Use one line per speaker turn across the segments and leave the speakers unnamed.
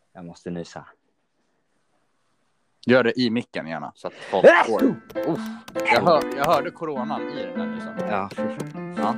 Jag måste nysa.
Gör det i micken gärna så att folk får. Jag hörde coronan i den där nysen.
Ja, för fan.
Ja.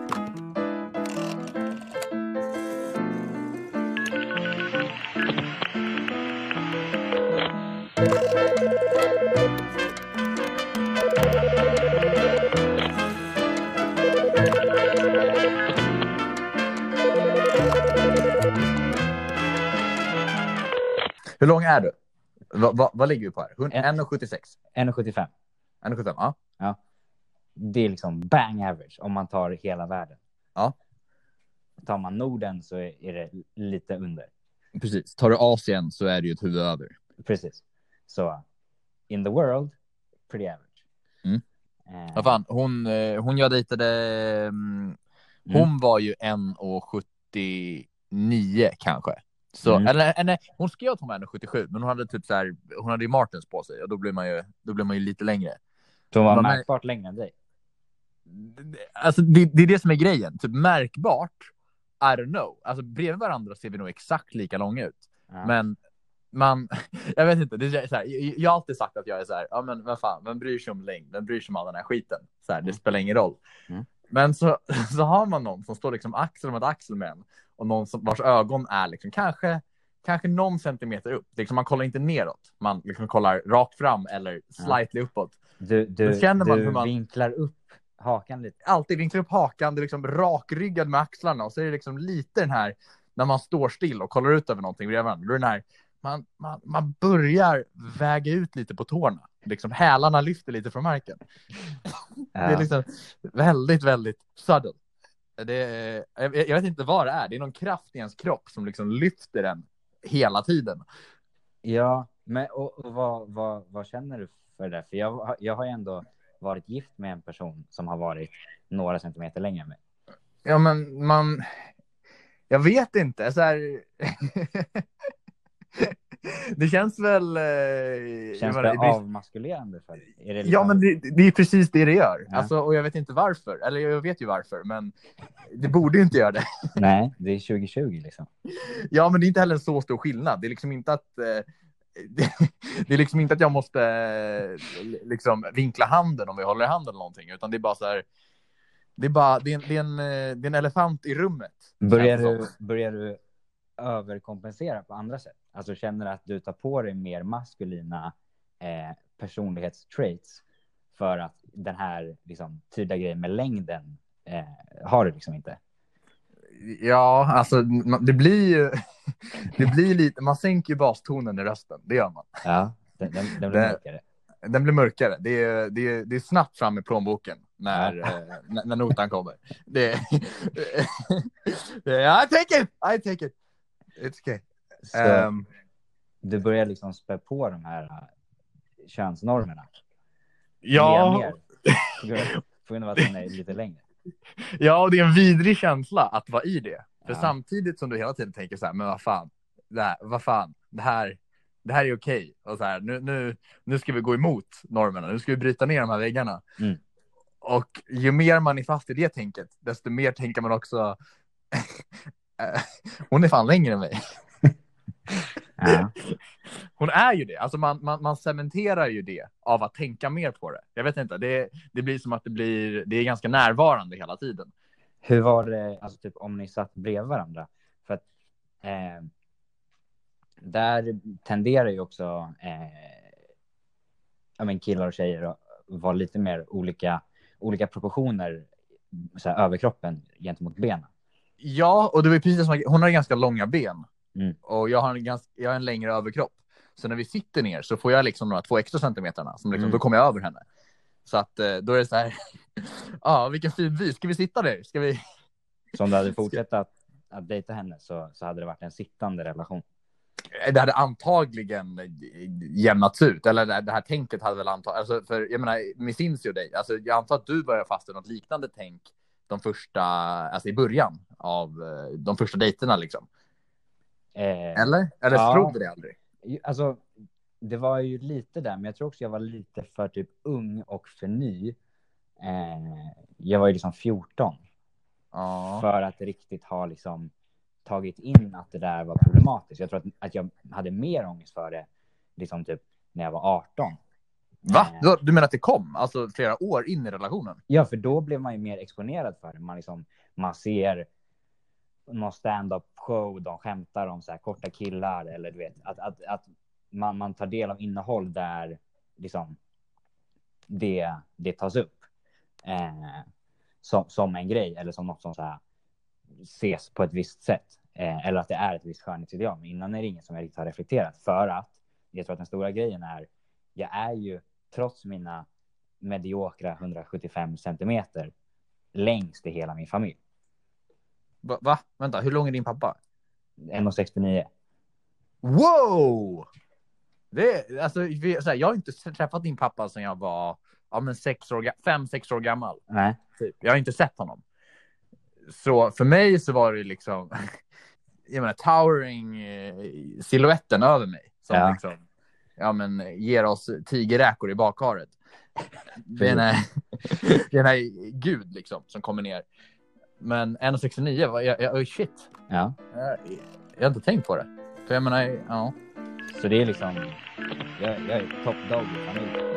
Hur lång är du? Vad ligger vi på här? 1,76?
1,75.
1,75, ja.
Det är liksom bang average om man tar hela världen.
Ja.
Tar man Norden så är det lite under.
Precis. Tar du Asien så är det ju ett huvud över.
Precis. Så in the world, pretty average.
Mm. Vad fan, hon jag dejtade, hon var ju 1,79 kanske. Så, eller hon skrev att hon var 1,77, men hon hade typ så här, hon hade ju Martens på sig och då blir man ju lite längre.
Så hon var märkbart längre än dig.
Alltså det är det som är grejen, typ märkbart. I don't know. Alltså bredvid varandra ser vi nog exakt lika långa ut. Ja. Men jag vet inte, det är så här, jag har alltid sagt att jag är så här, ja men vad fan, vem bryr sig om längd? Vem bryr sig om all den här skiten? Så här, det spelar ingen roll. Men så har man någon som står liksom axel mot axel med en och någon vars ögon är liksom kanske någon centimeter upp. Liksom man kollar inte neråt. Man liksom kollar rakt fram eller slightly uppåt.
Du
känner man hur man
vinklar upp hakan lite.
Alltid vinklar upp hakan, det är liksom rakryggad med axlarna och så är det liksom lite den här när man står still och kollar ut över någonting bredvid varandra. Då är den här man börjar väga ut lite på tårna. Liksom hälarna lyfter lite från marken. Det är liksom väldigt, väldigt sudden. Jag vet inte vad det är. Det är någon kraft i ens kropp som liksom lyfter den hela tiden.
Ja, men och vad känner du för det? För jag har ju ändå varit gift med en person som har varit några centimeter längre än mig.
Ja, men jag vet inte. Så här... Det känns väl...
Känns det avmaskulerande för dig? Är det liksom...
Ja, men det är precis det gör.
Ja.
Alltså, och jag vet inte varför. Eller jag vet ju varför, men det borde ju inte göra det.
Nej, det är 2020 liksom.
Ja, men det är inte heller en så stor skillnad. Det är liksom inte att... Det är liksom inte att jag måste liksom vinkla handen om vi håller i handen eller någonting. Utan det är bara så här... Det är en elefant i rummet.
Börjar du överkompensera på andra sätt? Alltså känner du att du tar på dig mer maskulina personlighetstraits för att den här liksom, tydliga grejen med längden har du liksom inte?
Ja, alltså det blir lite, man sänker ju bastonen i rösten, det gör man.
Ja, den blir mörkare. Den
blir mörkare. Det är snabbt fram i plånboken när notan kommer. I take it. It's okay.
Så du börjar liksom spä på de här könsnormerna.
Ja.
På grund av att den är lite längre.
Ja, och det är en vidrig känsla att vara i det. För samtidigt som du hela tiden tänker så här, men vad fan, det här är okej. Och så här, nu ska vi gå emot normerna. Nu ska vi bryta ner de här väggarna. Och ju mer man är fast i det tänket, desto mer tänker man också hon är fan längre än mig.
Ja.
Hon är ju det. Alltså man cementerar ju det av att tänka mer på det. Jag vet inte, det blir som att det är ganska närvarande hela tiden.
Hur var det alltså typ om ni satt bredvid varandra? För att där tenderar ju också killar och tjejer att vara lite mer olika proportioner så här, överkroppen gentemot benen.
Ja, och det var precis som hon har ganska långa ben. Och jag har en längre överkropp. Så när vi sitter ner så får jag liksom några 2 extra centimeterna som liksom, då kommer jag över henne. Så att då är det så här vilken fin vy, ska vi sitta där? Ska vi...
Så om du hade fortsatt att dejta henne så hade det varit en sittande relation.
Det hade antagligen jämnats ut. Eller det här tänket hade väl alltså, för jag menar, minns ju dig. Alltså, jag antar att du började fast i något liknande tänk de första, alltså i början av de första dejterna liksom. Eller tror du det aldrig?
Alltså, det var ju lite där, men jag tror också jag var lite för typ ung och för ny. Jag var ju liksom 14. För att riktigt ha liksom tagit in att det där var problematiskt. Jag tror att jag hade mer ångest för det liksom typ när jag var 18.
Va? Du menar att det kom? Alltså flera år in i relationen?
Ja, för då blev man ju mer exponerad för det. Man ser någon stand-up show, de skämtar om så här korta killar, eller du vet, att man tar del av innehåll där liksom det tas upp som en grej, eller som något som så här ses på ett visst sätt, eller att det är ett visst skönhetsideal. Men innan är det ingen som jag riktigt har reflekterat, för att jag tror att den stora grejen är, jag är ju trots mina mediokra 175 centimeter längst i hela min familj.
Va? Vänta, hur lång är din pappa?
1,69.
Wow! Alltså, jag har inte träffat din pappa sedan jag var 5-6 år gammal.
Nej.
Typ. Jag har inte sett honom. Så för mig så var det liksom jag menar, towering siluetten över mig som liksom ger oss tigerräkor i bakharet. Det är den här gud liksom som kommer ner. Men 1,69 shit.
Ja.
Jag har inte tänkt på det. För jag menar, ja.
Så det är liksom, jag är top dog i familjen.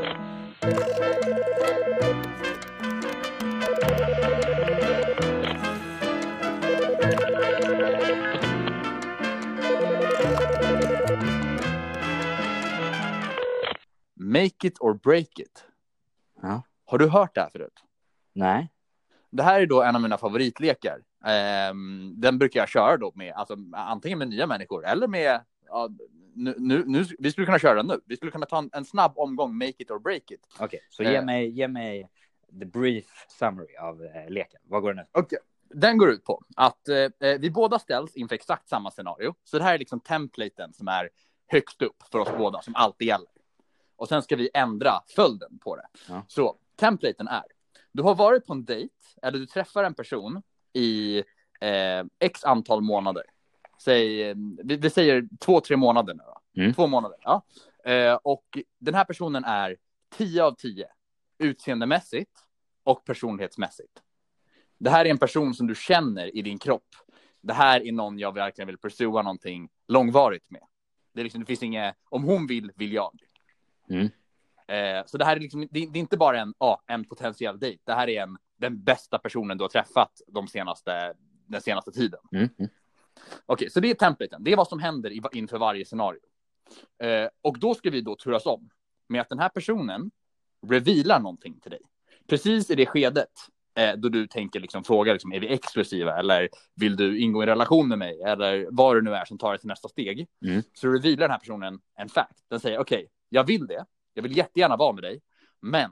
Make it or break it.
Ja.
Har du hört det här förut?
Nej.
Det här är då en av mina favoritlekar. Den brukar jag köra då med, alltså antingen med nya människor eller med, nu vi skulle kunna köra den nu. Vi skulle kunna ta en snabb omgång, make it or break it.
Okej, så ge mig the brief summary av leken. Vad går den ut?
Okej. Den går ut på att vi båda ställs inför exakt samma scenario. Så det här är liksom templaten som är högst upp för oss båda, som alltid gäller. Och sen ska vi ändra följden på det.
Ja.
Så templaten är: du har varit på en dejt, eller du träffar en person i x antal månader. Vi säger 2-3 månader nu då. 2 månader, ja. Och den här personen är 10 av 10 utseendemässigt och personlighetsmässigt. Det här är en person som du känner i din kropp. Det här är någon jag verkligen vill pursua någonting långvarigt med. Det finns inget, om hon vill jag. Så det här är liksom, det är inte bara en potentiell dejt. Det här är den bästa personen du har träffat den senaste tiden. Okej, så det är templaten. Det är vad som händer inför varje scenario. Och då ska vi då turas om med att den här personen revealar någonting till dig. Precis i det skedet då du tänker liksom, fråga liksom, är vi exklusiva, eller vill du ingå i en relation med mig, eller vad det nu är som tar det till nästa steg. Så revealar den här personen en fact. Den säger okej, jag vill det. Jag vill jättegärna vara med dig, men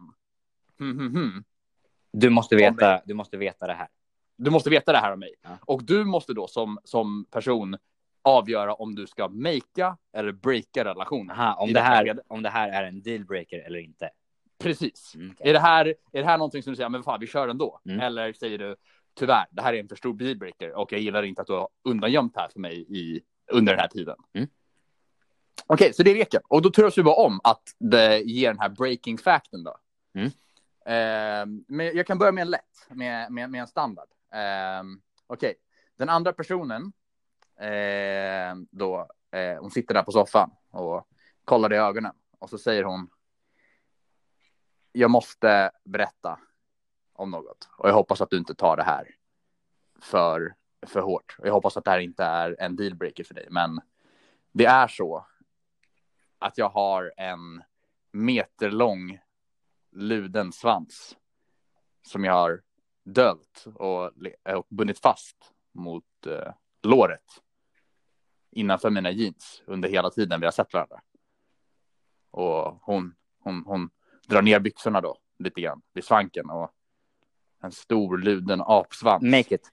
Du måste veta det här.
Du måste veta det här om mig.
Ja.
Och du måste då som person avgöra om du ska makea eller breaka relationen.
Aha, om det här är en dealbreaker eller inte.
Precis.
Okay.
Är det här någonting som du säger, men fan, vi kör ändå? Eller säger du, tyvärr, det här är en för stor dealbreaker och jag gillar inte att du har undangömt här för mig under den här tiden. Okej, så det är leken. Och då turas vi bara om att det ger den här breaking facten då. Men jag kan börja med en lätt, med en standard. Okej, den andra personen hon sitter där på soffan och kollar i ögonen. Och så säger hon: jag måste berätta om något. Och jag hoppas att du inte tar det här för hårt. Och jag hoppas att det här inte är en dealbreaker för dig. Men det är så att jag har en meterlång luden svans som jag har dölt och bundit fast mot låret innanför mina jeans under hela tiden vi har sett varandra. Och hon drar ner byxorna då lite grann vid svanken, och en stor luden apsvans.
Make it.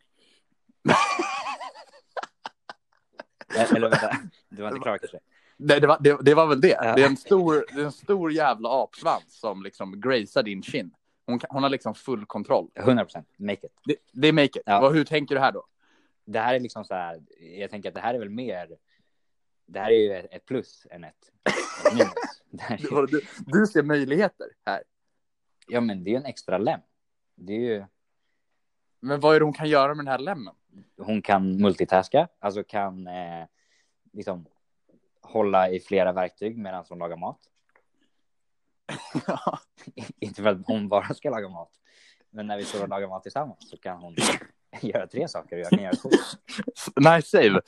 Eller vänta, du var inte klar kanske.
Nej, det var väl det. Det är en stor jävla apsvans som liksom gracear din kind. Hon har liksom full kontroll.
100%. Make it.
Det är make it.
Ja.
Hur tänker du här då?
Det här är liksom så här, jag tänker att det här är väl mer, det här är ju ett plus än ett minus.
Du ser möjligheter här.
Ja, men det är ju en extra lem. Det är ju,
Men vad är det hon kan göra med den här lemmen?
Hon kan multitaska, alltså kan liksom hålla i flera verktyg medan hon lagar mat. Inte för att hon bara ska laga mat, men när vi står och lagar mat tillsammans så kan hon göra 3 saker och jag kan göra 2.
Nice save.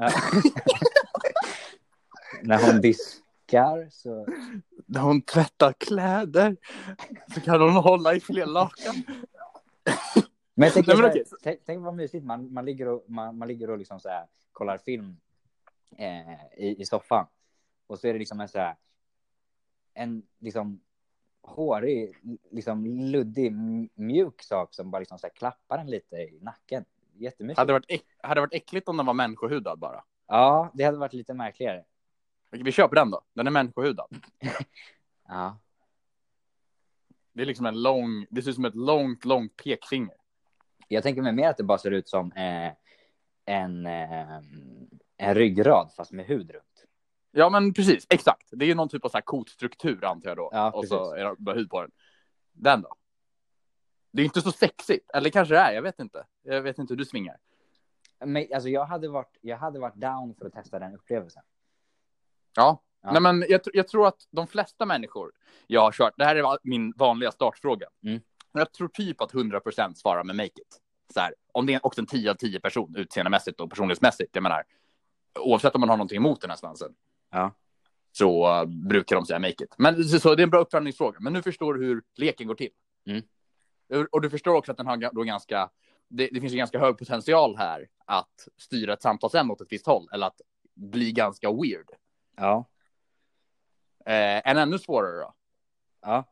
När hon diskar så...
När hon tvättar kläder så kan hon hålla i fler lakan.
Men jag tänker tänk vad mysigt. Man ligger och liksom så här, kollar film i soffan. Och så är det liksom en liksom hårig, liksom luddig, mjuk sak som bara liksom så här klappar en lite i nacken. Jättemysigt.
Hade varit äckligt om den var människohudad bara.
Ja, det hade varit lite märkligare.
Vi köper den då. Den är människohudad.
Ja.
Det är liksom det ser ut som ett långt pekfinger.
Jag tänker mig mer att det bara ser ut som en ryggrad fast med hud runt.
Ja, men precis. Exakt. Det är ju någon typ av så här kotstruktur antar jag då.
Ja,
och så är det bara hud på den. Den då? Det är inte så sexigt. Eller kanske det är. Jag vet inte hur du svingar.
Men alltså jag hade varit down för att testa den upplevelsen.
Ja. Nej, men jag tror att de flesta människor jag har kört, det här är min vanliga startfråga. Jag tror typ att 100% svarar med make it. Så här, om det är också en 10 av 10 person utseendemässigt och personlighetsmässigt, jag menar, oavsett om man har någonting emot den här svansen.
Ja.
Så brukar de säga make it. Men så det är en bra uppföljningsfråga. Men nu förstår du hur leken går till. Och du förstår också att den har då ganska, det finns en ganska hög potential här att styra ett samtalsämne åt ett visst håll eller att bli ganska weird.
Ja.
En ännu svårare då.
Ja.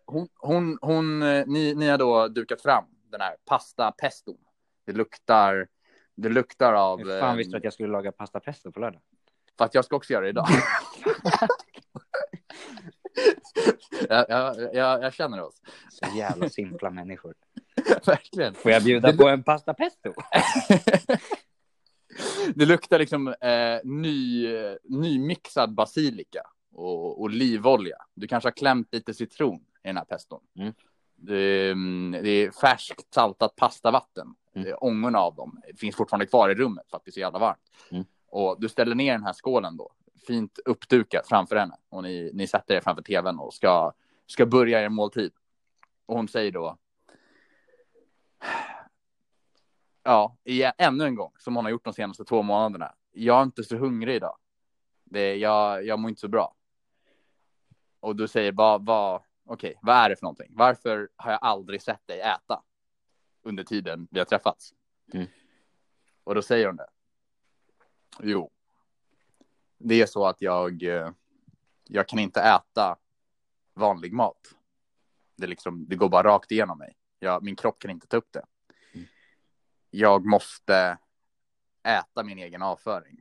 Ni har då dukat fram den här pasta peston. Det luktar av...
Hur fan visste du att jag skulle laga pasta pesto på lördag?
För att jag ska också göra det idag. jag känner oss.
Så jävla simpla människor.
Verkligen.
Får jag bjuda på en pasta pesto?
Det luktar liksom nymixad basilika och olivolja. Du kanske har klämt lite citron i den här peston. Det är färskt saltat pastavatten. Ångorna av dem finns fortfarande kvar i rummet för att det är så jävla varmt. Och du ställer ner den här skålen då, fint uppdukat framför henne. Och ni sätter er framför tvn och ska börja er måltid. Och hon säger då, ja, ännu en gång, som hon har gjort de senaste 2 månaderna. Jag är inte så hungrig idag. Jag mår inte så bra. Och du säger, okej, vad är det för någonting? Varför har jag aldrig sett dig äta under tiden vi har träffats? Och då säger hon det. Jo, det är så att jag kan inte äta vanlig mat. Det går bara rakt igenom mig. Min kropp kan inte ta upp det. Jag måste äta min egen avföring.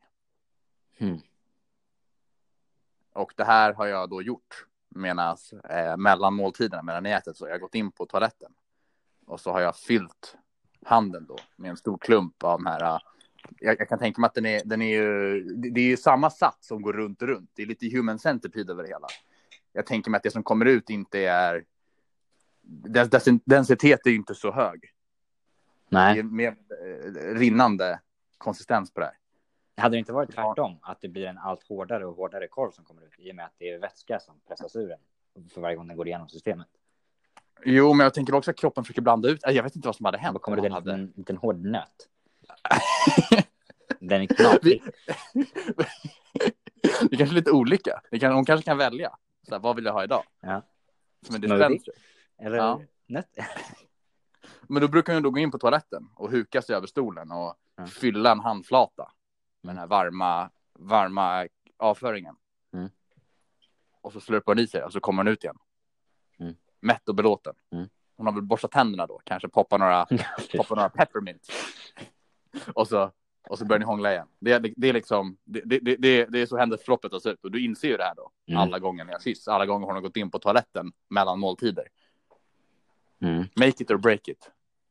Och det här har jag då gjort mellan måltiderna, medan ni ätit, så jag har gått in på toaletten. Och så har jag fyllt handen då med en stor klump av den här. Jag kan tänka mig att den är ju, det är ju samma sats som går runt. Det är lite human centipede över det hela. Jag tänker mig att det som kommer ut inte är, densitet är ju inte så hög.
Nej.
Det är mer rinnande konsistens på det här.
Hade det inte varit tvärtom, att det blir en allt hårdare och hårdare korv som kommer ut i och med att det är vätska som pressas ur den för varje gång den går igenom systemet?
Jo, men jag tänker också att kroppen försöker blanda ut. Jag vet inte vad som hade hänt.
Då kommer det en liten hård nöt. Den är knaprig.
Det är kanske lite olika. Hon kanske kan välja. Så här, vad vill jag ha idag?
Ja.
Som en dispenser.
Eller nöt.
Men då brukar hon då gå in på toaletten och huka sig över stolen och fylla en handflata med den här varma avföringen. Och så slurpar hon i sig och så kommer hon ut igen. Mätt och belåten. Hon har väl borstat tänderna då. Kanske poppa några peppermint. Och så börjar ni hångla igen. Det är liksom det är så händelseförloppet har sett ut. Och du inser ju det här då. Alla gånger när jag kyss. Alla gånger hon har gått in på toaletten mellan måltider. Make it or break it.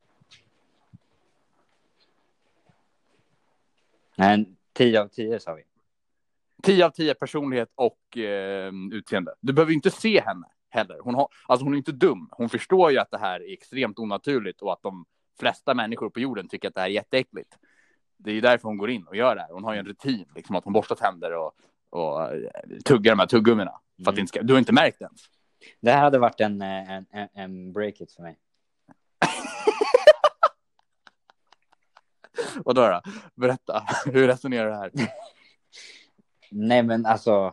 Men 10 av 10 sa vi.
10 av 10 personlighet och utseende. Du behöver inte se henne heller. Hon är inte dum. Hon förstår ju att det här är extremt onaturligt och att de flesta människor på jorden tycker att det här är jätteäckligt. Det är ju därför hon går in och gör det här. Hon har ju en rutin, liksom att hon borstar tänder och tuggar de här tuggummina. För att det inte ska, du har inte märkt det ens.
Det här hade varit en break-it för mig.
Vadå då? Berätta, hur resonerar du här?
Nej, men alltså,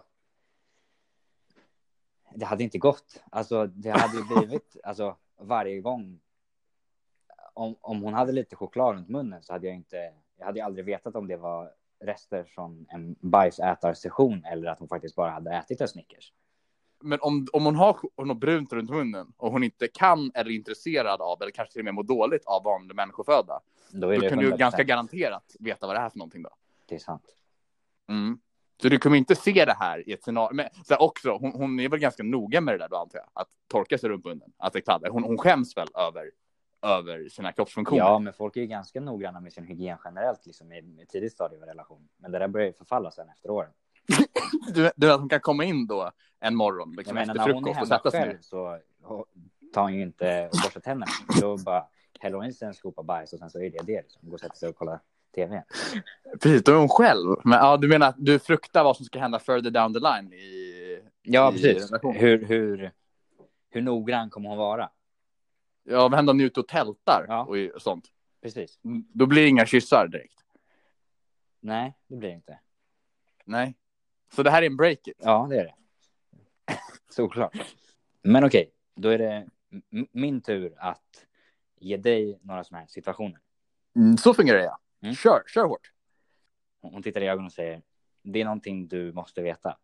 det hade inte gått. Alltså, det hade ju blivit, alltså, varje gång. Om hon hade lite choklad runt munnen så hade jag hade aldrig vetat om det var rester från en bajsätarsession eller att hon faktiskt bara hade ätit en Snickers.
Men om hon har något brunt runt munnen och hon inte kan eller är intresserad av, eller kanske till och med mår dåligt av vanlig människoföda, då kan du ganska garanterat veta vad det är för någonting då.
Det är sant.
Mm. Så du kommer inte se det här i ett scenario. Men så också, hon är väl ganska noga med det där då, antar jag. Att torka sig runt munnen. Att det kladder. Hon skäms väl över sina kroppsfunktioner.
Ja, men folk är ju ganska noggranna med sin hygien generellt liksom, i tidigt stadie av relation. Men det där börjar ju förfalla sen efter åren.
du att hon kan komma in då en morgon liksom, efter frukost och sätta sig ner.
Så tar hon ju inte och borstar tänderna. Då bara häller hon i sig en skopa bajs och sen så är det liksom. Går och sätter sig och kollar tv.
Precis, då är hon själv. Men ja, du menar att du fruktar vad som ska hända further down the line
Ja, precis. Hur noggrann kommer hon vara?
Ja, vad händer om ni är ute och tältar och sånt?
Precis.
Då blir det inga kyssar direkt.
Nej, det blir det inte.
Nej. Så det här är en break-it?
Ja, det är det. Såklart. Men okej, då är det min tur att ge dig några sådana här situationer.
Så fungerar det, ja. Kör hårt.
Hon tittar i ögonen och säger: det är någonting du måste veta.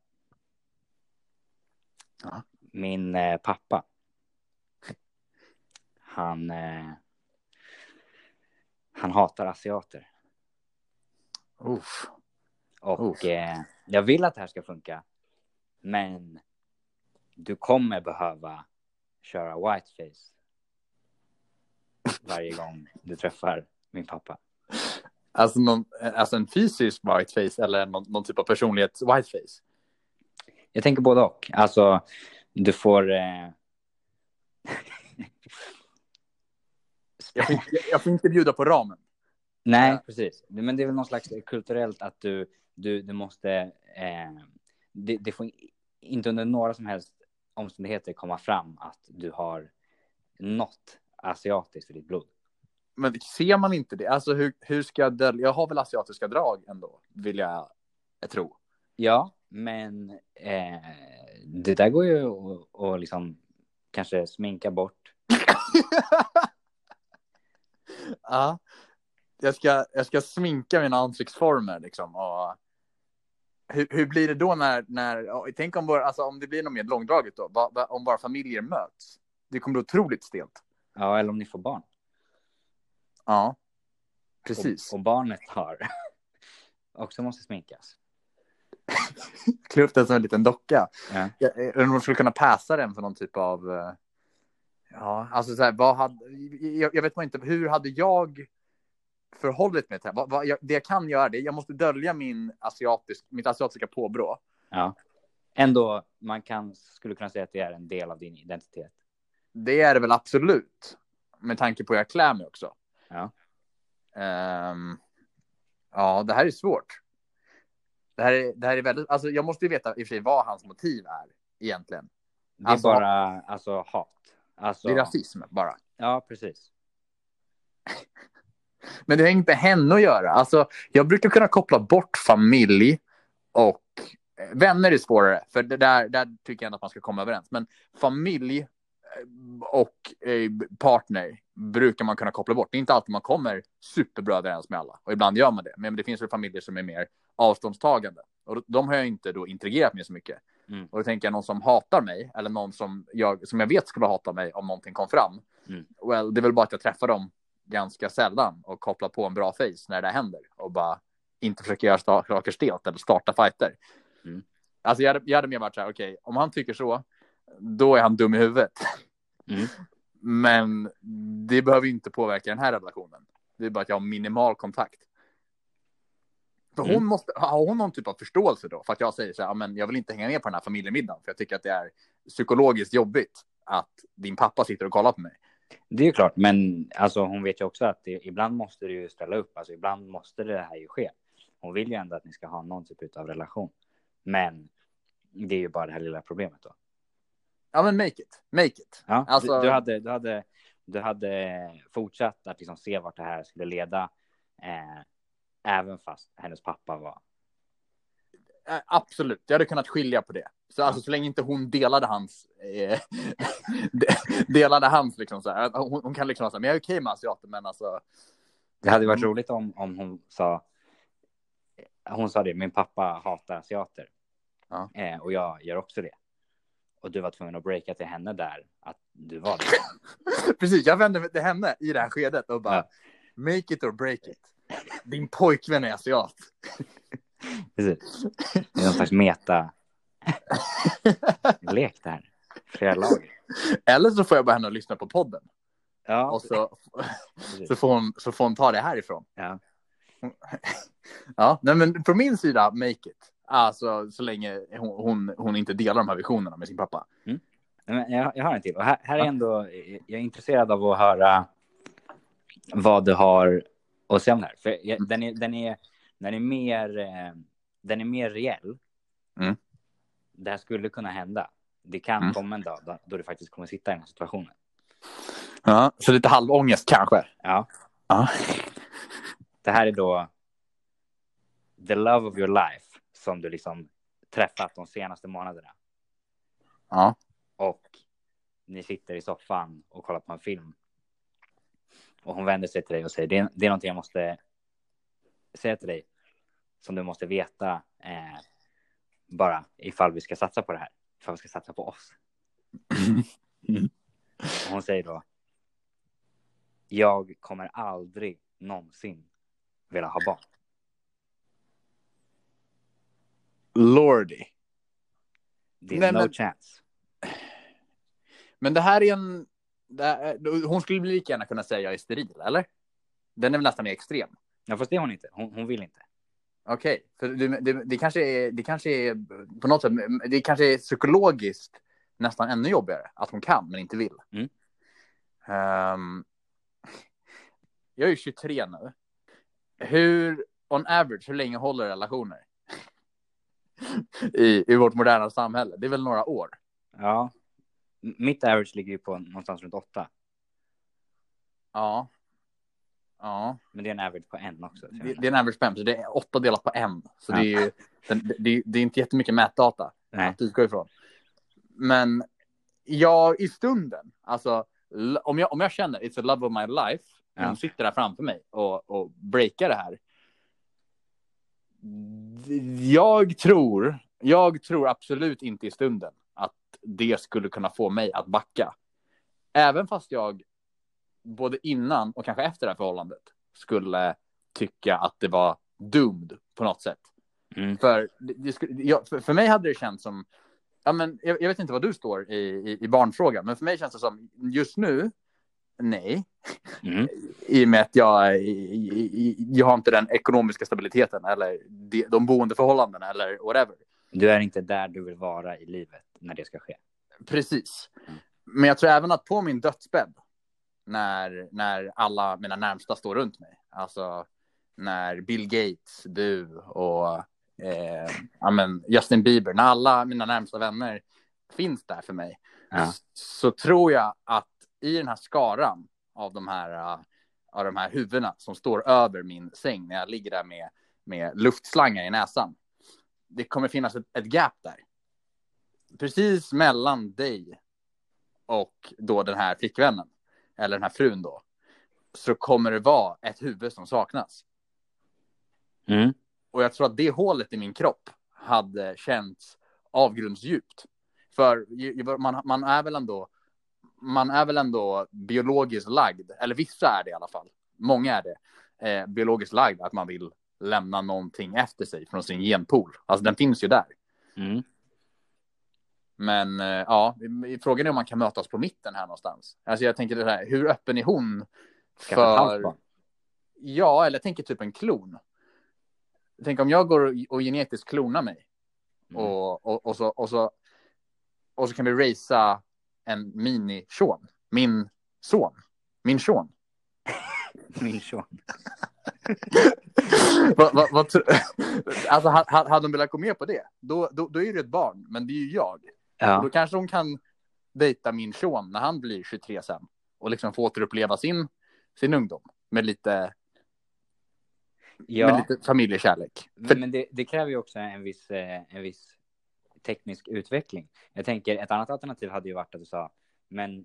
Ja.
Min pappa. Han hatar asiater.
Uff.
Och jag vill att det här ska funka. Men du kommer behöva köra whiteface varje gång du träffar min pappa.
Alltså en fysisk whiteface eller någon typ av personlighet whiteface?
Jag tänker både och. Alltså, du får...
jag får inte bjuda på ramen.
Nej, precis. Men det är väl någon slags kulturellt att du måste... Det får inte under några som helst omständigheter komma fram att du har något asiatiskt i ditt blod.
Men ser man inte det? Alltså hur ska jag dölja? Jag har väl asiatiska drag ändå, vill jag tro.
Ja, men det där går ju att liksom kanske sminka bort.
Ja. Jag ska sminka mina ansiktsformer liksom. Och hur blir det då när tänk om det blir något mer långdraget då, om våra familjer möts. Det kommer bli otroligt stelt.
Ja, eller om ni får barn.
Ja. Precis.
Och barnet har också måste sminkas.
Klä upp den som en liten docka.
Ja.
De skulle kunna passa den för någon typ av alltså så här, jag vet inte, hur hade jag förhållit mig till det jag kan göra det. Jag måste dölja mitt asiatiska påbrå.
Ja. Ändå skulle kunna säga att det är en del av din identitet. Det
är det väl absolut. Med tanke på hur jag klär mig också.
Ja.
Ja, det här är svårt. Det här är väldigt, alltså jag måste ju veta i och för sig vad hans motiv är egentligen.
Det är bara hat. Alltså,
det är rasism bara.
Ja, precis.
Men det har inte henne att göra. Alltså, jag brukar kunna koppla bort familj och vänner är svårare. För där tycker jag att man ska komma överens. Men familj och partner brukar man kunna koppla bort. Det är inte alltid man kommer superbra överens med alla. Och ibland gör man det. Men det finns väl familjer som är mer avståndstagande. Och de har jag inte då integrerat med så mycket. Mm. Och då tänker jag någon som hatar mig. Eller någon som jag vet skulle hata mig om någonting kom fram. Mm. Well, det är väl bara att jag träffar dem ganska sällan och kopplar på en bra face när det händer. Och bara inte försöker göra saker stelt eller starta fighter. Mm. Alltså jag hade mer varit så här, okej, om han tycker så, då är han dum i huvudet. Mm. Men det behöver inte påverka den här relationen. Det är bara att jag har minimal kontakt. För har hon någon typ av förståelse då? För att jag säger så här, men jag vill inte hänga med på den här familjemiddagen. För jag tycker att det är psykologiskt jobbigt att din pappa sitter och kollar på mig.
Det är ju klart, men alltså, hon vet ju också att ibland måste du ju ställa upp. Alltså, ibland måste det här ju ske. Hon vill ju ändå att ni ska ha någon typ av relation. Men det är ju bara det här lilla problemet då.
Ja, men make it.
Ja,
Alltså...
du hade fortsatt att liksom se vart det här skulle leda. Även fast hennes pappa var...
Absolut, jag hade kunnat skilja på det. Så, alltså, så länge inte hon delade hans liksom så här. Hon kan liksom säga, men jag är okej med asiater, men alltså...
Det hade varit roligt om hon sa det, min pappa hatar asiater.
Ja.
Och jag gör också det. Och du var tvungen att breaka till henne där att du var det.
Precis, jag vände mig till henne i det här skedet och bara, make it or break it. Din pojkvän är asiat.
Precis. Det är någon slags lek där. Flera lager.
Eller så får jag bara henne att lyssna på podden.
Ja.
Och så får hon ta det härifrån.
Ja.
Ja, nej, men från min sida, make it. Alltså så länge hon inte delar de här visionerna med sin pappa.
Mm. Men jag har en till. Och här är ändå, jag är intresserad av att höra vad du har att säga om det här. För den är mer reell.
Mm.
Det här skulle kunna hända. Det kan komma en dag då du faktiskt kommer sitta i den här situationen.
Ja, så lite halvångest kanske.
Ja.
Ja.
Det här är då the love of your life som du liksom träffat de senaste månaderna.
Ja.
Och ni sitter i soffan och kollar på en film. Och hon vänder sig till dig och säger, det är någonting jag måste säga till dig som du måste veta bara ifall vi ska satsa på det här. Ifall vi ska satsa på oss. Och hon säger då, jag kommer aldrig någonsin vilja ha barn.
Lordy.
Det är no chance.
Men det här är hon skulle lika gärna kunna säga jag är steril, eller? Den är väl nästan extrem.
Ja, fast det är hon inte. Hon vill inte.
Okej, för det kanske är på något sätt, det kanske är psykologiskt nästan ännu jobbigare att hon kan men inte vill. Jag är 23 nu. On average, hur länge håller relationer i vårt moderna samhälle? Det är väl några år.
Ja, mitt average ligger ju på någonstans runt 8. Ja. Men det är en average på 1 också.
Det är en average på 1, så det är 8 delat på 1. Så det är ju det är inte jättemycket mätdata att utgå ifrån. Men i stunden, alltså om jag känner it's a love of my life, hon sitter där framför mig och breakar det här. Jag tror absolut inte i stunden att det skulle kunna få mig att backa. Även fast jag både innan och kanske efter det här förhållandet skulle tycka att det var doomed på något sätt. För mig hade det känts som, ja, men jag vet inte vad du står i barnfrågan, men för mig känns det som just nu, nej. I och med att jag har inte den ekonomiska stabiliteten eller de boende förhållandena eller whatever.
Du är inte där du vill vara i livet när det ska ske.
Precis. Men jag tror även att på min dödsbädd, när alla mina närmsta står runt mig, alltså när Bill Gates, du och Justin Bieber, när alla mina närmsta vänner finns där för mig, så tror jag att i den här skaran av de här huvudena som står över min säng när jag ligger där med luftslangar i näsan, det kommer finnas ett gap där. Precis mellan dig och då den här flickvännen eller den här frun då, så kommer det vara ett huvud som saknas. Och jag tror att det hålet i min kropp hade känts avgrundsdjupt. För man är väl ändå biologiskt lagd, eller vissa är det i alla fall, många är det biologiskt lagd att man vill lämna någonting efter sig från sin genpool. Alltså den finns ju där. Men frågan är om man kan mötas på mitten här någonstans. Alltså jag tänker det här, hur öppen är hon för... Ja, eller jag tänker typ en klon. Tänk om jag går och genetiskt klonar mig. Och så kan vi racea en mini-Sean. Min son. Min son.
Min son.
Alltså hade de velat gå med på det, då är det ett barn, men det är ju jag.
Ja.
Och då kanske de kan dejta min son när han blir 23 sen och liksom få återuppleva sin ungdom med lite familjekärlek.
Men det kräver ju också en viss teknisk utveckling. Jag tänker, ett annat alternativ hade ju varit att du sa, men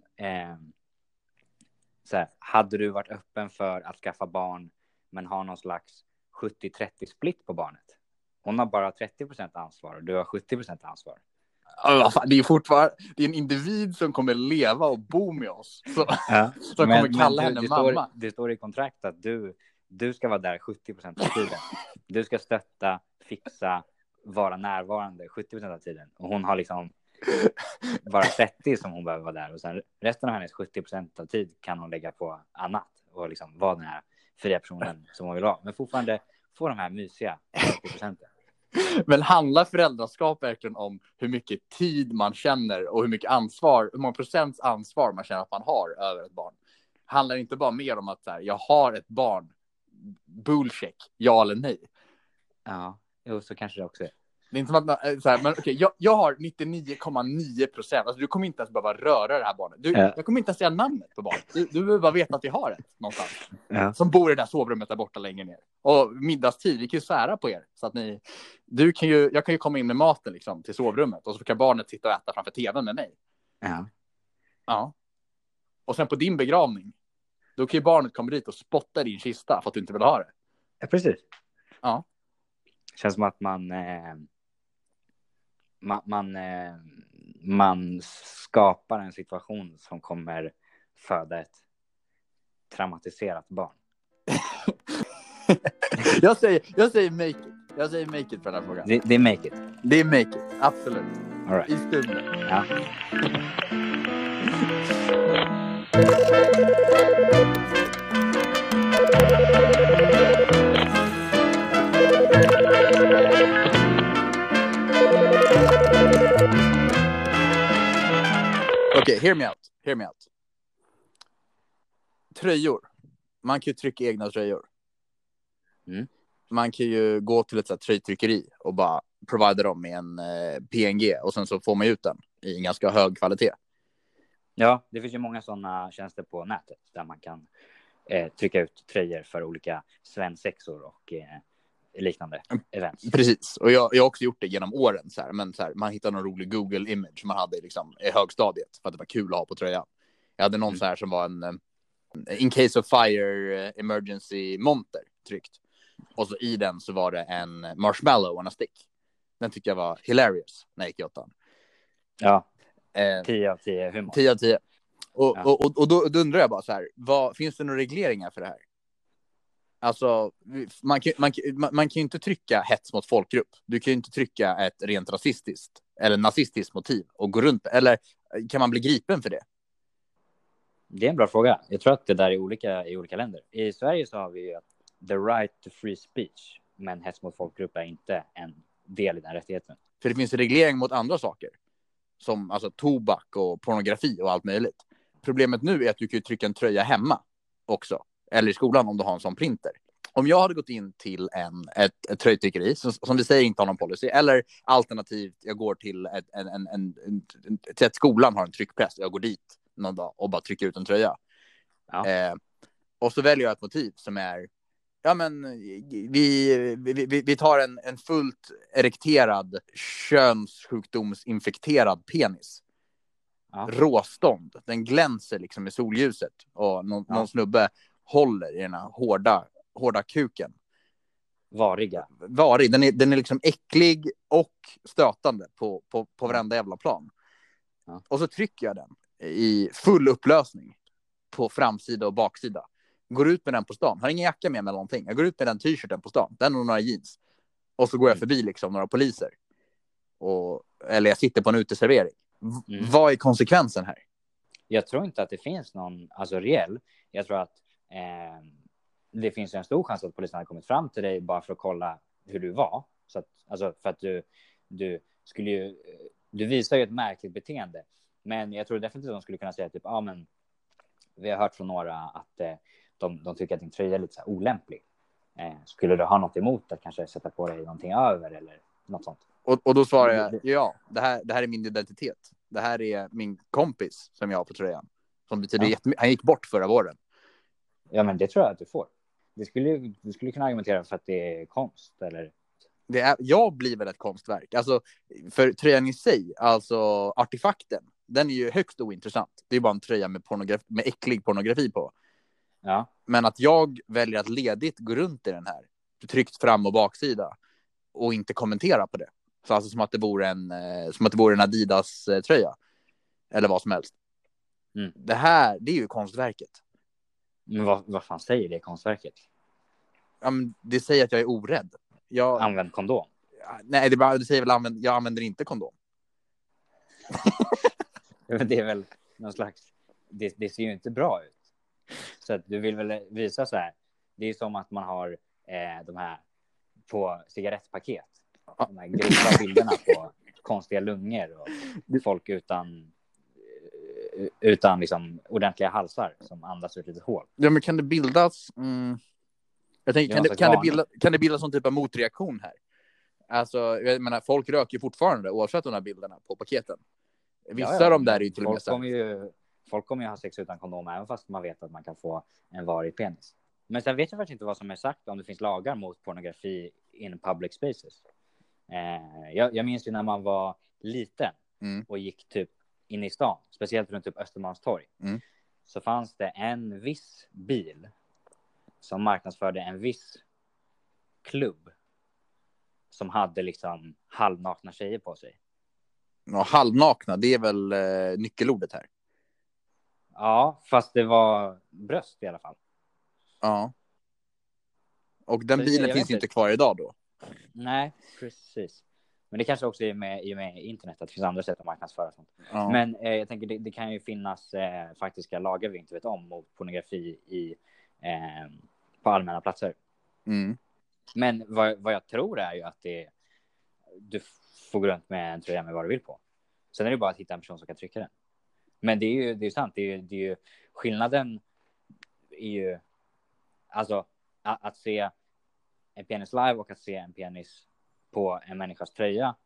så här, hade du varit öppen för att skaffa barn men ha någon slags 70-30 split på barnet? Hon har bara 30% ansvar och du har 70% ansvar.
Det är fortfarande en individ som kommer leva och bo med oss. Som kommer kalla henne mamma.
Det står i kontrakt att du ska vara där 70% av tiden. Du ska stötta, fixa, vara närvarande 70% av tiden. Och hon har liksom bara 30 som hon behöver vara där. Och sen resten av hennes 70% av tid kan hon lägga på annat. Och liksom vara den här fria personen som hon vill vara. Men fortfarande få de här mysiga 30%.
Men handlar föräldraskap verkligen om hur mycket tid man känner och hur många procents ansvar man känner att man har över ett barn? Handlar inte bara mer om att så här, jag har ett barn, bullcheck, ja eller nej?
Ja, jo, så kanske det också är.
Det är inte som att så här, men okej, jag har 99,9%. Alltså du kommer inte ens behöva röra det här barnet. Jag kommer inte ens säga namnet på barnet. Du behöver bara veta att vi har ett någonstans.
Ja.
Som bor i det där sovrummet där borta längre ner. Och middagstid, vi kan ju svära på er. Så att jag kan ju komma in med maten liksom, till sovrummet. Och så kan barnet sitta och äta framför tvn med mig. Ja. Och sen på din begravning, då kan ju barnet komma dit och spotta i din kista för att du inte vill ha det.
Ja, precis.
Ja.
Känns som att man skapar en situation som kommer föda ett traumatiserat barn.
jag säger make it. Jag säger make it för den här frågan.
Det är make it.
Det är make it, absolut.
All right.
I stunden.
Ja.
Okej, hear me out. Tröjor. Man kan ju trycka egna tröjor. Man kan ju gå till ett tröjtryckeri och bara provida dem med en PNG och sen så får man ut den i en ganska hög kvalitet.
Ja, det finns ju många sådana tjänster på nätet där man kan trycka ut tröjor för olika svensexor och liknande events.
Precis, och jag har också gjort det genom åren så här, men så här, man hittar någon rolig Google image som man hade liksom i högstadiet för att det var kul att ha på tröjan. Jag hade någon så här som var en in case of fire emergency monter tryckt. Och så i den så var det en marshmallow och en stick. Den tycker jag var hilarious när jag gick i 8.
Ja, 10 av 10 humor.
10 av 10. Och då undrar jag bara så här, finns det några regleringar för det här? Alltså, man kan ju inte trycka hets mot folkgrupp. Du kan ju inte trycka ett rent rasistiskt eller nazistiskt motiv och gå runt. Eller kan man bli gripen för det?
Det är en bra fråga. Jag tror att det där är olika i olika länder. I Sverige så har vi ju the right to free speech. Men hets mot folkgrupp är inte en del i den rättigheten.
För det finns reglering mot andra saker. Som alltså tobak och pornografi och allt möjligt. Problemet nu är att du kan trycka en tröja hemma också. Eller i skolan om du har en sån printer. Om jag hade gått in till ett tröjtryckeri som vi säger inte har någon policy. Eller alternativt jag går till ett skolan har en tryckpress. Jag går dit någon dag och bara trycker ut en tröja. Ja. Och så väljer jag ett motiv som är ja men vi tar en fullt erekterad könssjukdomsinfekterad penis. Ja. Råstånd. Den glänser liksom i solljuset och någon snubbe håller i den här hårda kuken.
Varig.
Den är liksom äcklig och stötande på varenda jävla plan. Ja. Och så trycker jag den i full upplösning på framsida och baksida. Går ut med den på stan. Har ingen jacka med mig eller någonting. Jag går ut med den t-shirten på stan. Den och några jeans. Och så går jag förbi liksom några poliser. Eller jag sitter på en uteservering. Vad är konsekvensen här?
Jag tror inte att det finns någon reell. Jag tror att det finns en stor chans att polisen hade kommit fram till dig bara för att kolla hur du var. Så att, för att du skulle ju... Du visar ju ett märkligt beteende. Men jag tror definitivt att de skulle kunna säga typ, men vi har hört från några att de tycker att din tröja är lite så här olämplig. Skulle du ha något emot att kanske sätta på dig någonting över eller något sånt?
Och då svarar jag, ja, det här är min identitet. Det här är min kompis som jag har på tröjan. Som betyder han gick bort förra våren.
Ja, men det tror jag att du får. Du skulle kunna argumentera för att det är konst, eller?
Jag blir väl ett konstverk. Alltså, för tröjan i sig, alltså artefakten, den är ju högst ointressant. Det är bara en tröja med äcklig pornografi på.
Ja.
Men att jag väljer att ledigt gå runt i den här, tryckt fram och baksida, och inte kommentera på det. Så alltså som att det vore en Adidas-tröja. Eller vad som helst.
Mm.
Det är ju konstverket.
Men vad fan säger det konstverket?
Ja, men det säger att jag är orädd.
Använd kondom.
Nej, det säger väl jag använder inte kondom.
Det är väl någon slags... Det ser ju inte bra ut. Så att du vill väl visa så här. Det är som att man har de här på cigarettpaket. De här grova bilderna på konstiga lungor och folk utan liksom ordentliga halsar som andas ut ett hål.
Ja, men kan det bildas... Jag tänker, kan det bildas någon typ av motreaktion här? Alltså, jag menar, folk röker ju fortfarande oavsett de här bilderna på paketen. Vissa av dem där är ju till och med
folk kommer ju ha sex utan kondom även fast man vet att man kan få en varig penis. Men sen vet jag faktiskt inte vad som är sagt om det finns lagar mot pornografi in public spaces. Jag minns ju när man var liten och gick typ in i stan, speciellt runt typ Östermalmstorg. Så fanns det en viss bil som marknadsförde en viss klubb som hade liksom halvnakna tjejer på sig.
Ja, halvnakna, det är väl nyckelordet här.
Ja, fast det var bröst i alla fall.
Ja. Och den bilen finns ju inte kvar idag då.
Nej, precis. Men det kanske också är med internet att det finns andra sätt att marknadsföra sånt.
Ja.
Men jag tänker det kan ju finnas faktiska lagar vi inte vet om mot pornografi på allmänna platser. Men vad jag tror är ju att du får gå runt med en tröja med vad du vill på. Sen är det bara att hitta en person som kan trycka den. Men det är ju sant. Det är ju skillnaden är ju alltså att se en penis live och att se en penis på en människas tröja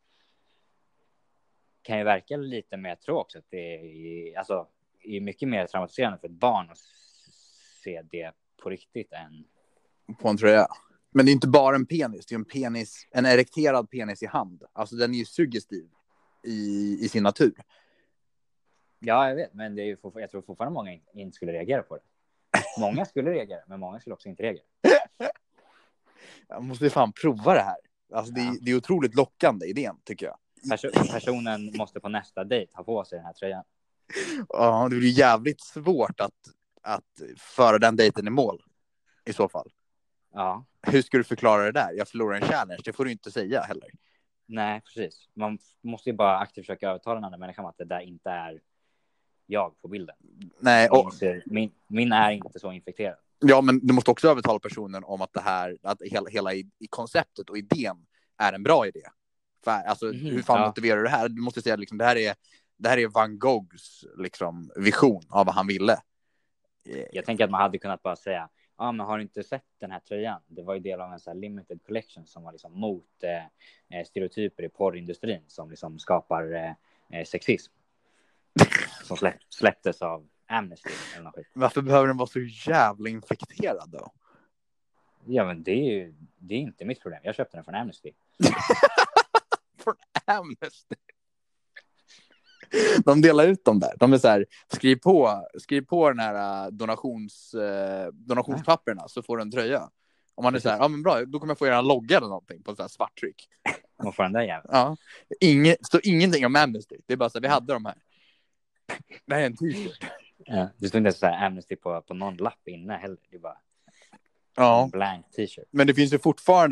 kan ju verka lite mer, jag tror också att det är mycket mer traumatiserande för ett barn att se det på riktigt än
på en tröja. Men det är inte bara en penis, det är en erekterad penis i hand. Alltså den är ju suggestiv i sin natur.
Ja, jag vet, men det är ju jag tror fortfarande många inte skulle reagera på det. Många skulle reagera, men många skulle också inte reagera.
Jag måste fan prova det här. Alltså det är otroligt lockande idén, tycker jag.
Personen måste på nästa dejt ha på sig den här tröjan.
Ja, det blir jävligt svårt att föra den dejten i mål i så fall.
Ja.
Hur ska du förklara det där? Jag förlorar en challenge, det får du inte säga heller.
Nej, precis. Man måste ju bara aktivt försöka övertala den andra människan att det där inte är jag på bilden.
Nej,
min är inte så infekterad.
Ja, men du måste också övertala personen om att att hela i konceptet och idén är en bra idé. För, alltså, hur fan motiverar du det här? Du måste säga liksom, det här är Van Goghs liksom, vision av vad han ville.
Jag tänker att man hade kunnat bara säga, men har du inte sett den här tröjan? Det var ju del av en så här limited collection som var liksom mot stereotyper i porrindustrin som liksom skapar sexism. Som släpptes av Amnesty eller något skit.
Varför behöver den vara så jävla infekterad då?
Ja, men det är inte mitt problem. Jag köpte den från Amnesty.
Från Amnesty? De delar ut dem där. De är så här, skriv på den här donationspapperna så får du en tröja. Om man är så här, men bra, då kommer jag få göra en logga eller någonting på så här svart tryck.
Och får den där jäveln.
Ja. Står ingenting om Amnesty. Det är bara så här, vi hade de här. Det här är en t-shirt.
Ja, det står inte så här Amnesty på någon lapp inne heller. Det är bara en blank t-shirt.
Men det finns ju fortfarande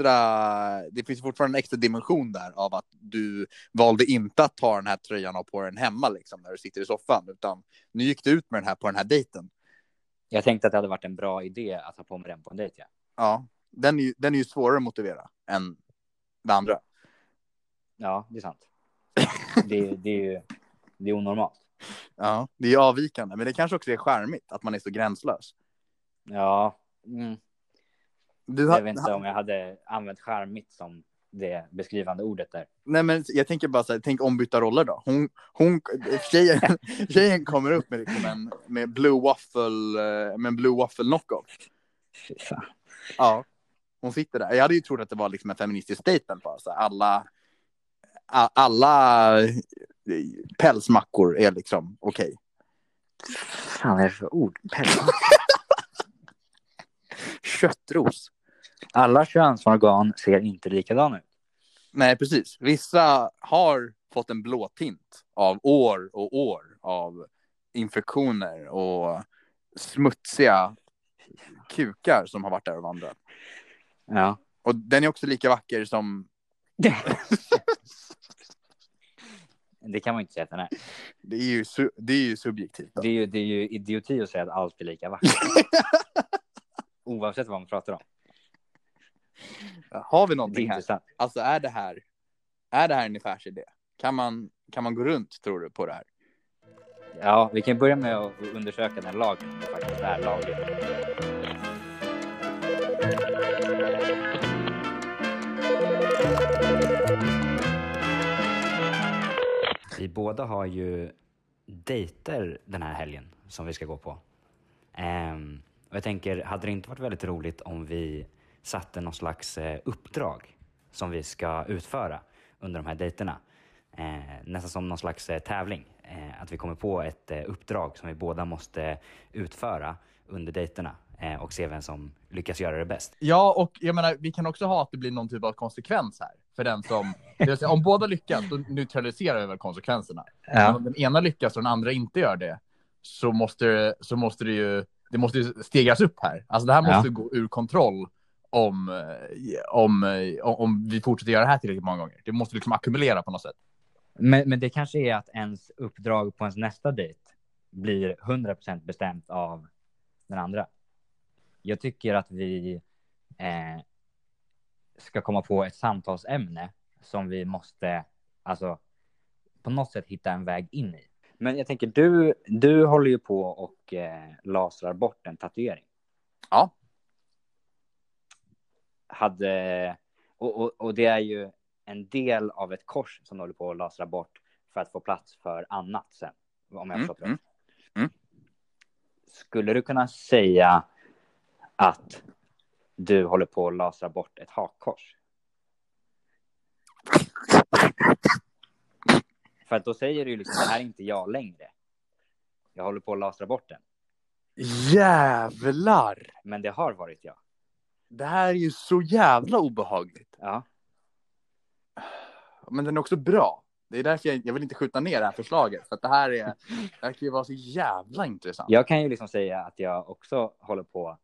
en extra dimension där av att du valde inte att ta den här tröjan och på den hemma liksom, när du sitter i soffan, utan nu gick du ut med den här på den här dejten.
Jag tänkte att det hade varit en bra idé att ha på med den på en dejt, ja.
Ja, den är ju svårare att motivera än det andra.
Ja, det är sant. Det är onormalt.
Ja, det är avvikande, men det kanske också är charmigt att man är så gränslös.
Ja.
Du
Jag vet inte om jag hade använt charmigt som det beskrivande ordet där.
Nej, men jag tänker bara så här, tänk ombytta roller då. Tjejen kommer upp med liksom med blue waffle knockoff. Ja, hon sitter där. Jag hade ju trott att det var liksom en feministisk statement bara så här, alla pälsmackor är liksom okej.
Fan, vad är det för ord?
Köttros.
Alla könsorgan ser inte likadana ut.
Nej, precis. Vissa har fått en blå tint av år och år av infektioner och smutsiga kukar som har varit där och vandrat.
Ja.
Och den är också lika vacker som...
Det kan man inte säga att den är.
Det är ju subjektivt. Då.
Det är ju idioti att säga att allt är lika vackert. Oavsett vad man pratar om.
Har vi någonting
här?
Sant. Alltså är det här en affärsidé? Kan man gå runt, tror du, på det här?
Ja, vi kan börja med att undersöka den lagen. Om det faktiskt är lagligt. Vi båda har ju dejter den här helgen som vi ska gå på. Och jag tänker, hade det inte varit väldigt roligt om vi satte någon slags uppdrag som vi ska utföra under de här dejterna? Nästan som någon slags tävling. Att vi kommer på ett uppdrag som vi båda måste utföra under dejterna och se vem som lyckas göra det bäst.
Ja, och jag menar, vi kan också ha att det blir någon typ av konsekvens här för den som... Det vill säga, om båda lyckas, då neutraliserar vi väl konsekvenserna. Ja. Men om den ena lyckas och den andra inte gör det, så måste det måste stegras upp här. Alltså det här måste gå ur kontroll om vi fortsätter göra det här tillräckligt många gånger. Det måste liksom ackumulera på något sätt.
Men det kanske är att ens uppdrag på ens nästa dejt blir 100% bestämt av den andra. Jag tycker att vi ska komma på ett samtalsämne som vi måste alltså på något sätt hitta en väg in i. Men jag tänker, du håller ju på och lasrar bort en tatuering.
Ja.
Och det är ju en del av ett kors som du håller på att lasra bort för att få plats för annat sen. Om jag förstått rätt. Skulle du kunna säga att du håller på att lasra bort ett hakkors? För att då säger du ju liksom, det här är inte jag längre. Jag håller på att lasra bort den.
Jävlar!
Men det har varit jag. Det
här är ju så jävla obehagligt.
Ja.
Men den är också bra. Det är därför jag vill inte skjuta ner det här förslaget. För att det här kan ju vara så jävla intressant.
Jag kan ju liksom säga att jag också håller på...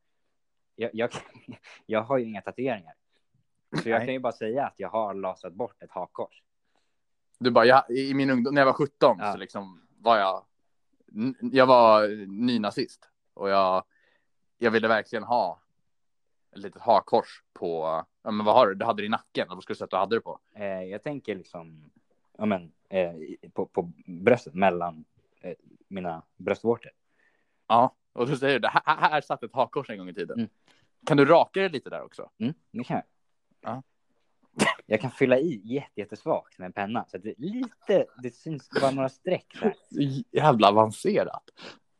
Jag har ju inga tatueringar. Så jag kan ju bara säga att jag har lasrat bort ett hakkors.
Du bara, i min ungdom, när jag var 17 så liksom var jag var nynazist. Och jag ville verkligen ha ett litet hakkors på, men vad har du? Du hade det i nacken, vad skulle du säga att du hade det på?
Jag tänker liksom, på bröstet, mellan mina bröstvårtor.
Ja, och du säger det här satt ett hakkors en gång i tiden. Kan du raka det lite där också?
Det kan jag.
Ja.
Jag kan fylla i jättesvagt med en penna. Så att det syns bara några streck där.
Jävla avancerat.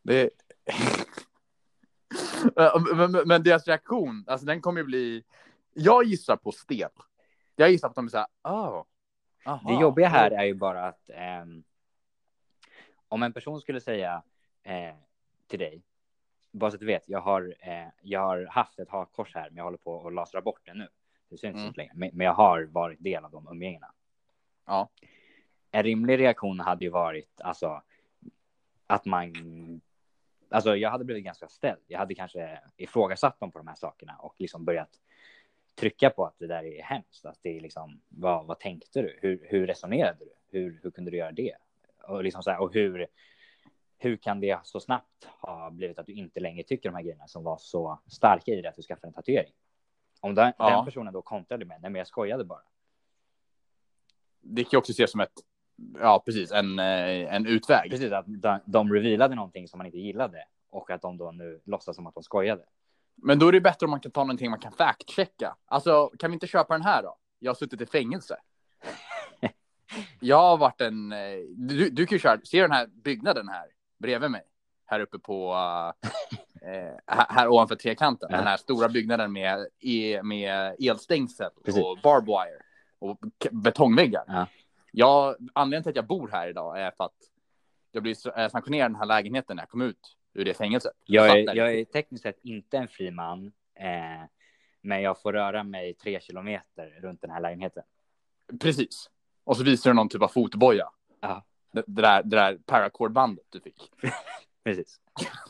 Men deras reaktion, alltså den kommer ju bli... Jag gissar på stel. Jag gissar på att de är så här, aha.
Det jobbiga här är ju bara att om en person skulle säga till dig, bara så att du vet, jag har haft ett hakkors här, men jag håller på att lasra bort det nu. Det syns inte längre, men jag har varit del av de umgängena.
Ja.
En rimlig reaktion hade ju varit alltså att jag hade blivit ganska ställd. Jag hade kanske ifrågasatt dem på de här sakerna och liksom börjat trycka på att det där är hemskt. Att det är liksom, vad tänkte du? Hur resonerade du? Hur kunde du göra det? Och liksom så här, och hur kan det så snabbt ha blivit att du inte längre tycker de här grejerna som var så starka i det att du skaffade en tatuering? Om den personen då kontrade med, nej men jag skojade bara.
Det kan ju också ses som ett Ja, precis. En utväg.
Precis, att de revealade någonting som man inte gillade och att de då nu låtsas som att de skojade.
Men då är det bättre om man kan ta någonting man kan fact-checka. Alltså, kan vi inte köpa den här då? Jag har suttit i fängelse. Jag har varit du kan ju köra, ser den här byggnaden här bredvid mig? Här uppe på, här ovanför trekanten. Ja. Den här stora byggnaden med elstängsel och barbed wire och betongväggar. Ja. Anledningen till att jag bor här idag är för att jag blir sanktionerad den här lägenheten när jag kom ut ur det fängelset.
Jag är tekniskt sett inte en fri man, men jag får röra mig 3 kilometer runt den här lägenheten.
Precis. Och så visar du någon typ av fotboja.
Ja.
Det där paracord-bandet du fick.
Precis.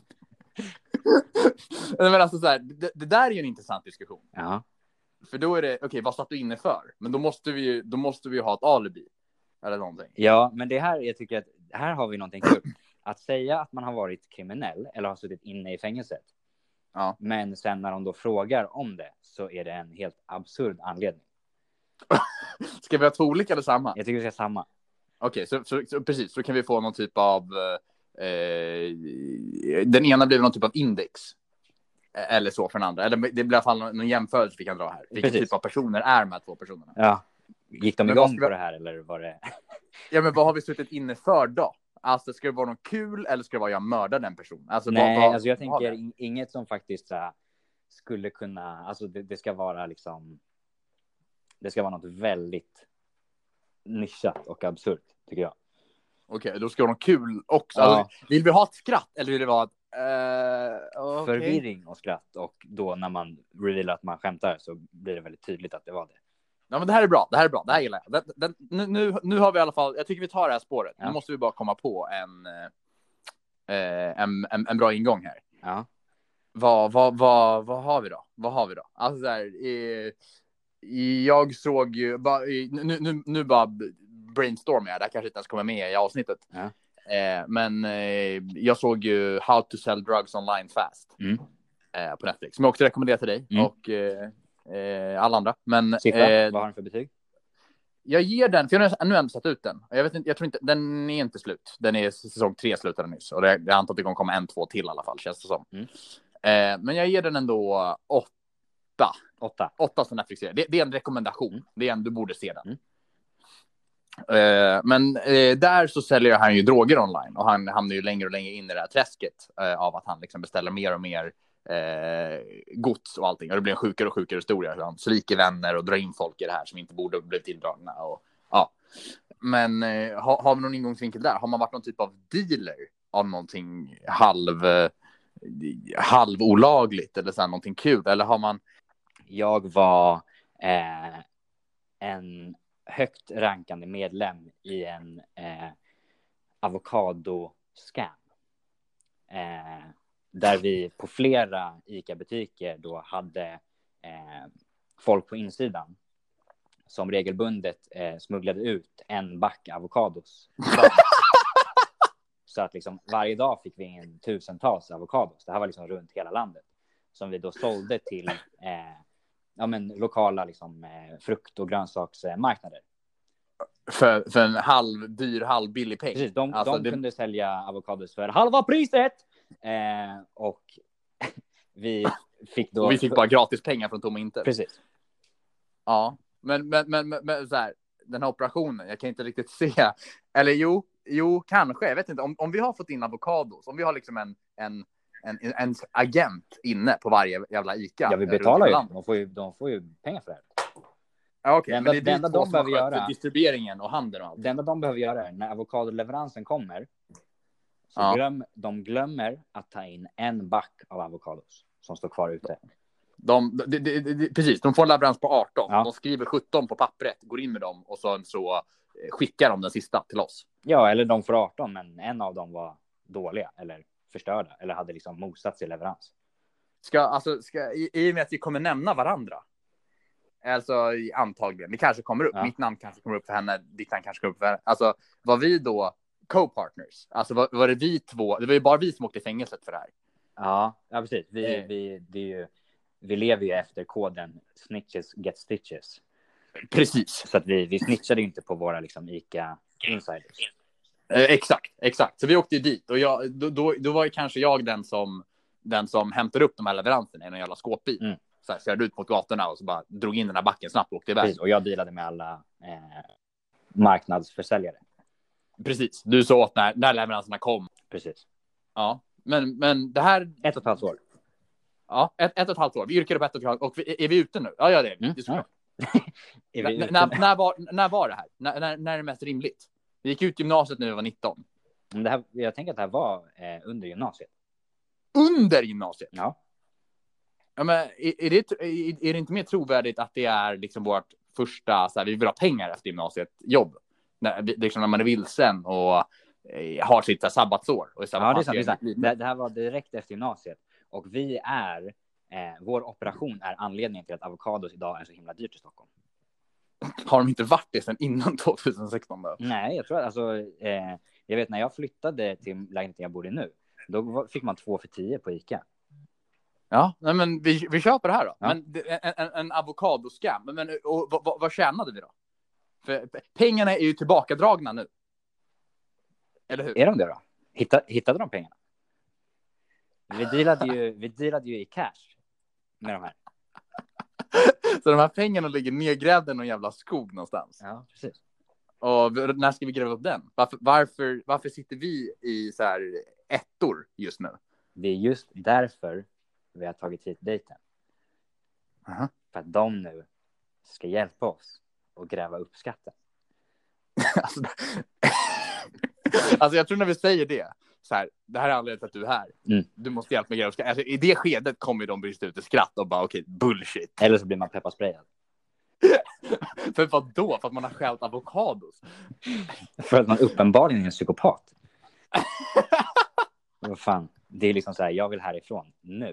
Men alltså så här, det där är ju en intressant diskussion.
Ja.
För då är det, okej, vad satt du inne för? Men då måste vi ha ett alibi. Eller någonting.
Ja, men det här, jag tycker att här har vi någonting kul. Att säga att man har varit kriminell eller har suttit inne i fängelset.
Ja.
Men sen när de då frågar om det så är det en helt absurd anledning.
Ska vi ha 2 olika eller samma?
Jag tycker vi ska samma.
Okej, så precis. Så kan vi få någon typ av... den ena blir någon typ av index. Eller så för den andra. Eller det blir i alla fall någon jämförelse vi kan dra här. Vilken typ av personer är de här 2 personerna?
Ja. Gick de igång på det här eller var det...
Ja, men vad har vi suttit inne för då? Alltså, ska det vara något kul eller ska det vara jag mördar den personen? Alltså,
nej, alltså jag tänker inget som faktiskt skulle kunna... Alltså det ska vara liksom... Det ska vara något väldigt nischat och absurt, tycker jag.
Okej, då ska det vara något kul också.
Ja.
Alltså, vill vi ha ett skratt eller vill det vara ett...
Förvirring och skratt. Och då när man revealar att man skämtar så blir det väldigt tydligt att det var det.
Ja, men det här är bra. Det här gillar jag. Nu har vi i alla fall... Jag tycker vi tar det här spåret. Ja. Nu måste vi bara komma på en bra ingång här.
Ja.
Vad har vi då? Vad har vi då? Alltså där, jag såg ju... Nu bara brainstormar jag. Det här kanske inte ens kommer med i avsnittet.
Ja.
Men jag såg ju How to Sell Drugs Online Fast på Netflix. Som jag också rekommenderar till dig och alla andra. Men,
vad har den för betyg?
Jag ger den, för jag har nu ändå satt ut den. Jag vet inte, jag tror inte, den är inte slut. Den är säsong 3 slutade nyss. Och jag antar att det kommer komma 1-2 till i alla fall, känns det som. Men jag ger den ändå 8. 8 som Netflix ger. Det är en rekommendation. Det är du borde se den. Men där så säljer han ju droger online. Och han hamnar ju längre och längre in i det här träsket av att han liksom beställer mer och mer gods och allting. Och det blir en sjukare och sjukare historia. Han sliker vänner och drar in folk i det här som inte borde bli tilldragna. Och, ja. Men har vi någon ingångsvinkel där? Har man varit någon typ av dealer av någonting halvolagligt eller så här, någonting kul? Eller har man...
Jag var en högt rankande medlem i en avokado-scam. Där vi på flera ICA-butiker då hade folk på insidan som regelbundet smugglade ut en back avokados. Så att liksom varje dag fick vi in tusentals avokados. Det här var liksom runt hela landet. Som vi då sålde till lokala liksom, frukt- och grönsaksmarknader.
För en halvbillig peng.
Precis, de kunde sälja avokados för halva priset. Och vi fick då...
Och vi fick bara gratis pengar från tomma intet.
Precis.
Ja, men så här, den här operationen, jag kan inte riktigt se. Eller jo, kanske. Jag vet inte. Om vi har fått in avokados, om vi har liksom en agent inne på varje jävla ICA.
Ja, vi betalar ju. De får ju pengar för det här.
Ja, okej. Men
det enda de behöver göra...
distribueringen och handeln och allt.
Det enda de behöver göra är när avokadoleveransen kommer så de glömmer att ta in en back av avokados som står kvar ute.
Precis, de får en leverans på 18. Ja. De skriver 17 på pappret, går in med dem och så skickar de den sista till oss.
Ja, eller de får 18 men en av dem var dåliga eller förstörda eller hade liksom motsats i leverans.
I och med att vi kommer nämna varandra. Alltså antagligen, det kanske kommer upp. Ja. Mitt namn kanske kommer upp för henne, ditt namn kanske kommer upp för henne. Alltså var vi då co-partners? Alltså var det vi två? Det var ju bara vi som åkte i fängelset för det här. Ja,
precis. Vi lever ju efter koden snitches get stitches.
Precis.
Så att vi snitchade ju inte på våra liksom ICA Insiders.
Exakt. Så vi åkte ju dit och då var ju kanske jag den som hämtade upp de här leveranserna i en jävla skåpbil. Så här, körde ut mot gatorna och så bara drog in den här backen snabbt och åkte iväg.
Precis, och jag dealade med alla marknadsförsäljare.
Precis, du sa åt när leveranserna kom.
Precis.
Ja, men det här...
1,5 år.
Ja, 1,5 år. Vi yrkade på 1,5 och är vi ute nu? Ja, det är vi. När var det här? När är det mest rimligt? Vi gick ut gymnasiet när vi var 19.
Men jag tänker att det här var under gymnasiet.
Under gymnasiet?
Ja.
Ja, men är det inte mer trovärdigt att det är liksom vårt första, så här, vi vill ha pengar efter gymnasiet jobb? När man är vilsen och har sitt här, sabbatsår. Och
det är sant. Det här var direkt efter gymnasiet. Och vår operation är anledningen till att avokados idag är så himla dyrt i Stockholm.
Har de inte varit det sedan innan 2016 då?
Nej, jag tror jag vet när jag flyttade till lägenheten jag bor i nu, då fick man 2 för 10 på ICA.
Ja, nej, men vi köper det här då.
Ja.
Men en avokadoskam. Men vad tjänade vi då? För pengarna är ju tillbakadragna nu. Eller hur?
Är de det då? Hittade de pengarna? Vi dealade ju i cash med de här.
Så de här pengarna ligger nedgrävda i någon jävla skog någonstans.
Ja, precis.
Och när ska vi gräva upp den? Varför sitter vi i så här ettor just nu?
Det är just därför vi har tagit hit dejten.
Uh-huh.
För att de nu ska hjälpa oss att gräva upp skatten.
Alltså jag tror när vi säger det så här, det här är anledningen till att du är här. Du måste hjälpa mig att gräva upp skatten. Alltså, i det skedet kommer de brista ut i skratt och bara okej, bullshit.
Eller så blir man pepparsprayad.
För vad då? För att man har skällt avokados?
För att man uppenbarligen är en psykopat. Vad fan, det är liksom så här, jag vill härifrån nu.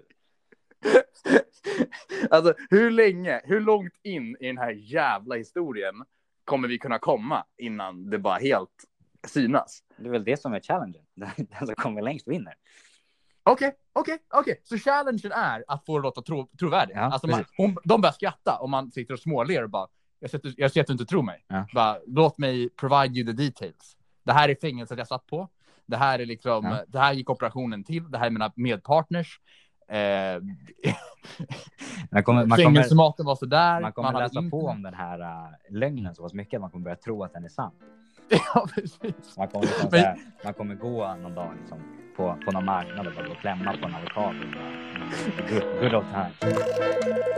Alltså hur långt in i den här jävla historien kommer vi kunna komma innan det bara helt synas?
Det är väl det som är challengen. Den som kommer längst vinner.
Okej. Så challengen är att få det låta trovärdigt.
Ja,
alltså de börjar skratta och man sitter och småler och bara, jag ser att du inte tror mig.
Ja.
Bara, låt mig provide you the details. Det här är fängelset jag satt på. Det här är liksom, det här gick operationen till. Det här är mina medpartners. Fängelsematen var sådär.
Man kommer läsa på om den här lögnen så pass mycket att man kommer börja tro att den är sann.
Ja, precis.
Man kommer gå någon dag liksom, på någon marknad och bara klämma på en avokado. Good old time.